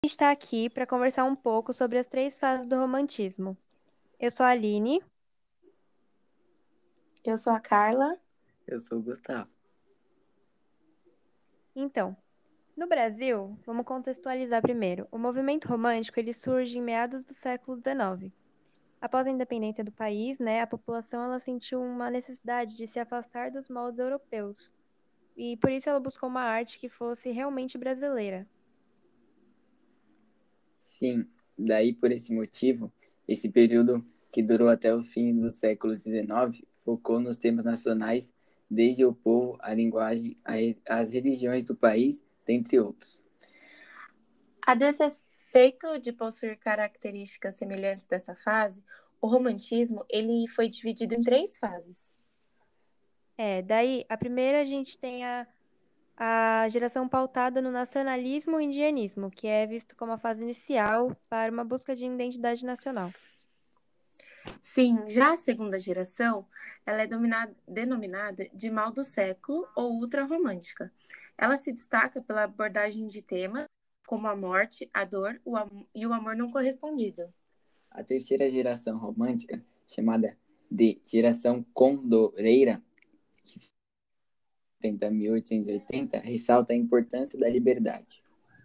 gente está aqui para conversar um pouco sobre as três fases do romantismo. Eu sou a Aline. Eu sou a Carla. Eu sou o Gustavo. Então, no Brasil, vamos contextualizar primeiro. O movimento romântico ele surge em meados do século XIX. Após a independência do país, a população ela sentiu uma necessidade de se afastar dos moldes europeus. E por isso ela buscou uma arte que fosse realmente brasileira. Sim, daí por esse motivo, esse período que durou até o fim do século XIX focou nos temas nacionais, desde o povo, a linguagem, as religiões do país, dentre outros. A desrespeito de possuir características semelhantes dessa fase, o romantismo ele foi dividido em três fases. Daí a primeira a gente tem a geração pautada no nacionalismo e indianismo, que é visto como a fase inicial para uma busca de identidade nacional. Sim, já a segunda geração, ela é denominada de mal do século ou ultrarromântica. Ela se destaca pela abordagem de temas como a morte, a dor e o amor não correspondido. A terceira geração romântica, chamada de geração condoreira, que tem da 1880, ressalta a importância da liberdade.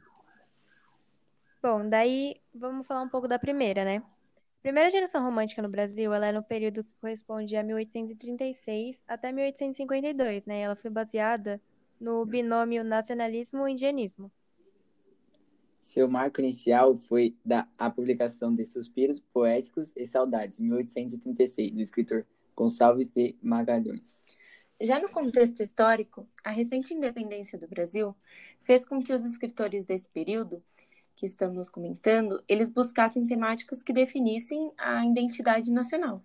Bom, daí vamos falar um pouco da primeira, né? A primeira geração romântica no Brasil, ela é no período que corresponde a 1836 até 1852, né? Ela foi baseada no binômio nacionalismo e indianismo. Seu marco inicial foi a publicação de Suspiros Poéticos e Saudades, em 1836, do escritor Gonçalves de Magalhães. Já no contexto histórico, a recente independência do Brasil fez com que os escritores desse período, que estamos comentando, eles buscassem temáticas que definissem a identidade nacional.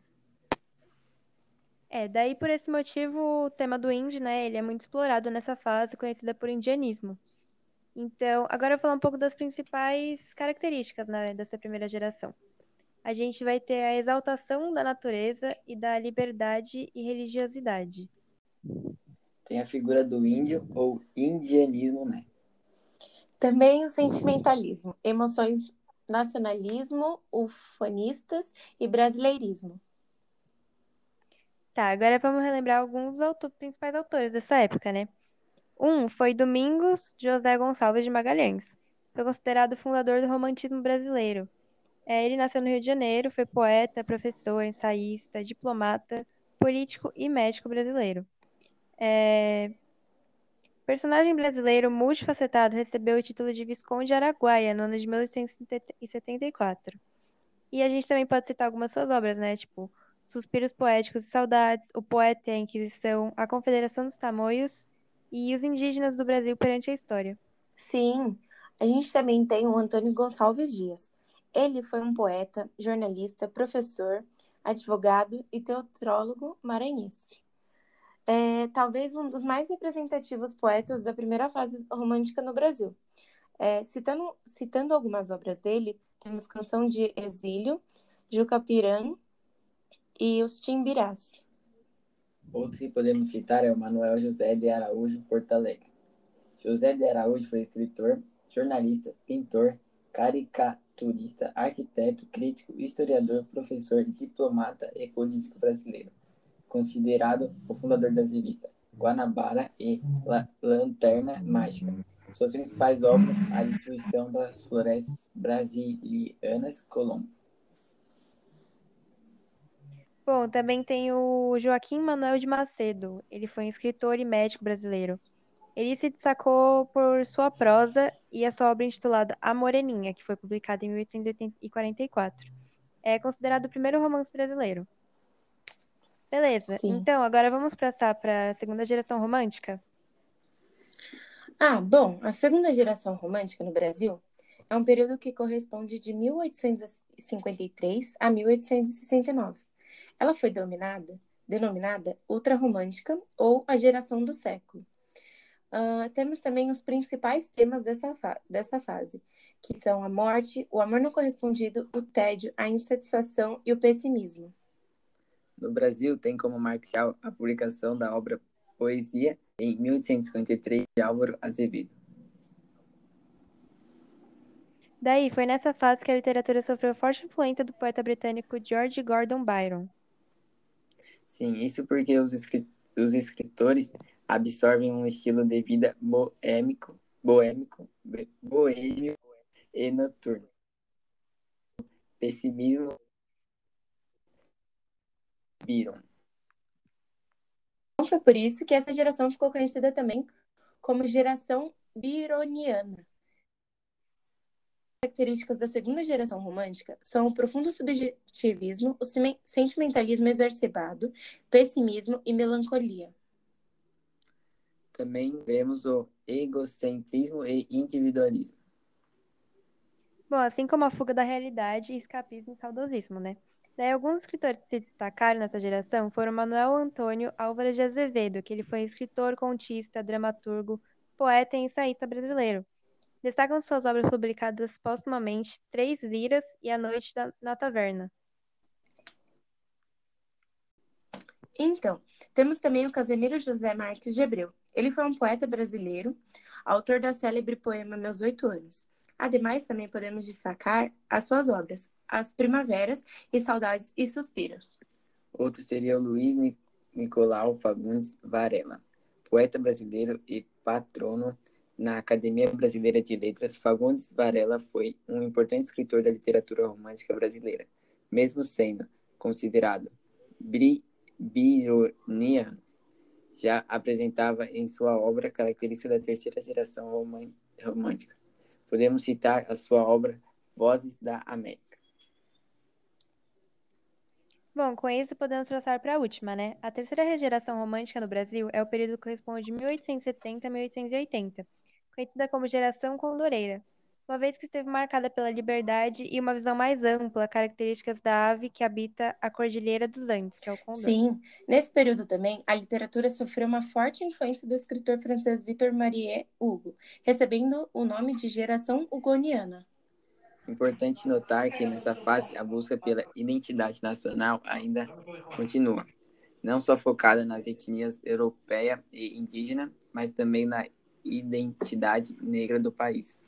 Daí por esse motivo, o tema do índio, né, ele é muito explorado nessa fase conhecida por indianismo. Então, agora eu vou falar um pouco das principais características, né, dessa primeira geração. A gente vai ter a exaltação da natureza e da liberdade e religiosidade. Tem a figura do índio ou indianismo, né? Também o sentimentalismo, emoções, nacionalismo, ufanistas e brasileirismo. Tá, agora vamos relembrar alguns principais autores dessa época, né? Um foi Domingos José Gonçalves de Magalhães. Foi considerado o fundador do romantismo brasileiro. Ele nasceu no Rio de Janeiro, foi poeta, professor, ensaísta, diplomata, político e médico brasileiro. Personagem brasileiro multifacetado, recebeu o título de Visconde de Araguaia no ano de 1874. E a gente também pode citar algumas suas obras, né? Tipo, Suspiros Poéticos e Saudades, O Poeta e a Inquisição, A Confederação dos Tamoios e Os Indígenas do Brasil perante a História. Sim, a gente também tem o Antônio Gonçalves Dias. Ele foi um poeta, jornalista, professor, advogado e teatrólogo maranhense. Talvez um dos mais representativos poetas da primeira fase romântica no Brasil. Citando algumas obras dele, temos Canção de Exílio, Jucapirã e Os Timbirás. Outro que podemos citar é o Manuel José de Araújo Porto Alegre. José de Araújo foi escritor, jornalista, pintor, caricaturista, arquiteto, crítico, historiador, professor, diplomata e político brasileiro. Considerado o fundador das revistas Guanabara e Lanterna Mágica. Suas principais obras, A Destruição das Florestas Brasilianas, Colombo. Bom, também tem o Joaquim Manuel de Macedo. Ele foi um escritor e médico brasileiro. Ele se destacou por sua prosa e a sua obra intitulada A Moreninha, que foi publicada em 1844. É considerado o primeiro romance brasileiro. Beleza, Sim. então agora vamos passar para a segunda geração romântica? Bom, a segunda geração romântica no Brasil é um período que corresponde de 1853 a 1869. Ela foi denominada ultrarromântica ou a geração do século. Temos também os principais temas dessa fase, que são a morte, o amor não correspondido, o tédio, a insatisfação e o pessimismo. No Brasil, tem como marco inicial a publicação da obra Poesia, em 1853, de Álvaro Azevedo. Daí, foi nessa fase que a literatura sofreu forte influência do poeta britânico George Gordon Byron. Sim, isso porque os escritores absorvem um estilo de vida boêmio e noturno. Pessimismo viram. Então foi por isso que essa geração ficou conhecida também como geração byroniana. As características da segunda geração romântica são o profundo subjetivismo, o sentimentalismo exacerbado, pessimismo e melancolia. Também vemos o egocentrismo e individualismo. Bom, assim como a fuga da realidade, escapismo e saudosismo, né? Daí, alguns escritores que se destacaram nessa geração foram Manuel Antônio Álvares de Azevedo, que ele foi escritor, contista, dramaturgo, poeta e ensaísta brasileiro. Destacam suas obras publicadas póstumamente Três Liras e A Noite na Taverna. Então, temos também o Casemiro José Marques de Abreu. Ele foi um poeta brasileiro, autor da célebre poema Meus 8 Anos. Ademais, também podemos destacar as suas obras, As Primaveras e Saudades e Suspiros. Outro seria o Luiz Nicolau Fagundes Varela, poeta brasileiro e patrono na Academia Brasileira de Letras. Fagundes Varela foi um importante escritor da literatura romântica brasileira, mesmo sendo considerado byroniano. Já apresentava em sua obra características da terceira geração romântica. Podemos citar a sua obra Vozes da América. Bom, com isso podemos passar para a última, né? A terceira geração romântica no Brasil é o período que corresponde de 1870 a 1880, conhecida como Geração Condoreira, uma vez que esteve marcada pela liberdade e uma visão mais ampla, características da ave que habita a Cordilheira dos Andes, que é o condor. Sim, nesse período também, a literatura sofreu uma forte influência do escritor francês Victor-Marie Hugo, recebendo o nome de Geração Hugoniana. Importante notar que nessa fase a busca pela identidade nacional ainda continua, não só focada nas etnias europeia e indígena, mas também na identidade negra do país.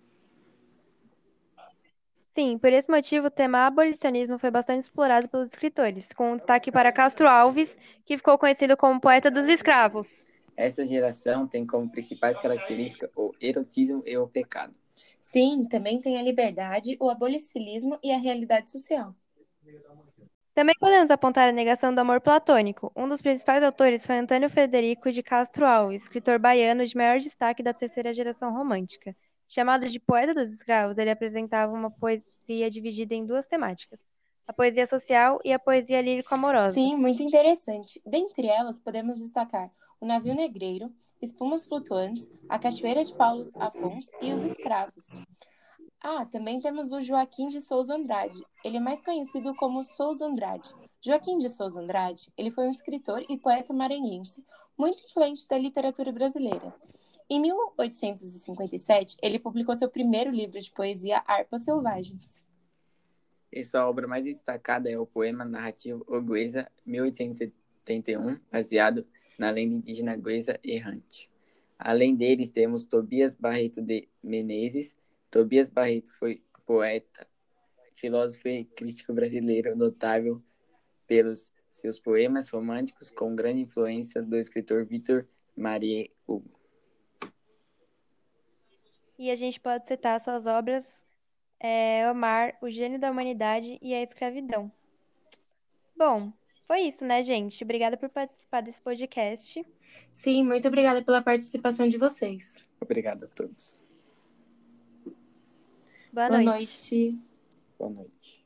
Sim, por esse motivo o tema abolicionismo foi bastante explorado pelos escritores, com um destaque para Castro Alves, que ficou conhecido como poeta dos escravos. Essa geração tem como principais características o erotismo e o pecado. Sim, também tem a liberdade, o abolicionismo e a realidade social. Também podemos apontar a negação do amor platônico. Um dos principais autores foi Antônio Frederico de Castro Alves, escritor baiano de maior destaque da terceira geração romântica. Chamado de poeta dos escravos, ele apresentava uma poesia dividida em duas temáticas: a poesia social e a poesia lírico-amorosa. Sim, muito interessante. Dentre elas, podemos destacar O Navio Negreiro, Espumas Flutuantes, A Cachoeira de Paulo Afonso e Os Escravos. Também temos o Joaquim de Souza Andrade. Ele é mais conhecido como Souza Andrade. Joaquim de Souza Andrade, ele foi um escritor e poeta maranhense, muito influente da literatura brasileira. Em 1857, ele publicou seu primeiro livro de poesia, Harpas Selvagens. E sua obra mais destacada é o poema narrativo Oguesa, 1871, baseado na lenda indígena Guesa Errante. Além deles, temos Tobias Barreto de Menezes. Tobias Barreto foi poeta, filósofo e crítico brasileiro notável pelos seus poemas românticos, com grande influência do escritor Victor-Marie Hugo. E a gente pode citar suas obras Omar, O Gênio da Humanidade e a Escravidão. Bom, foi isso, né, gente? Obrigada por participar desse podcast. Sim, muito obrigada pela participação de vocês. Obrigado a todos. Boa Boa noite. noite. Boa noite.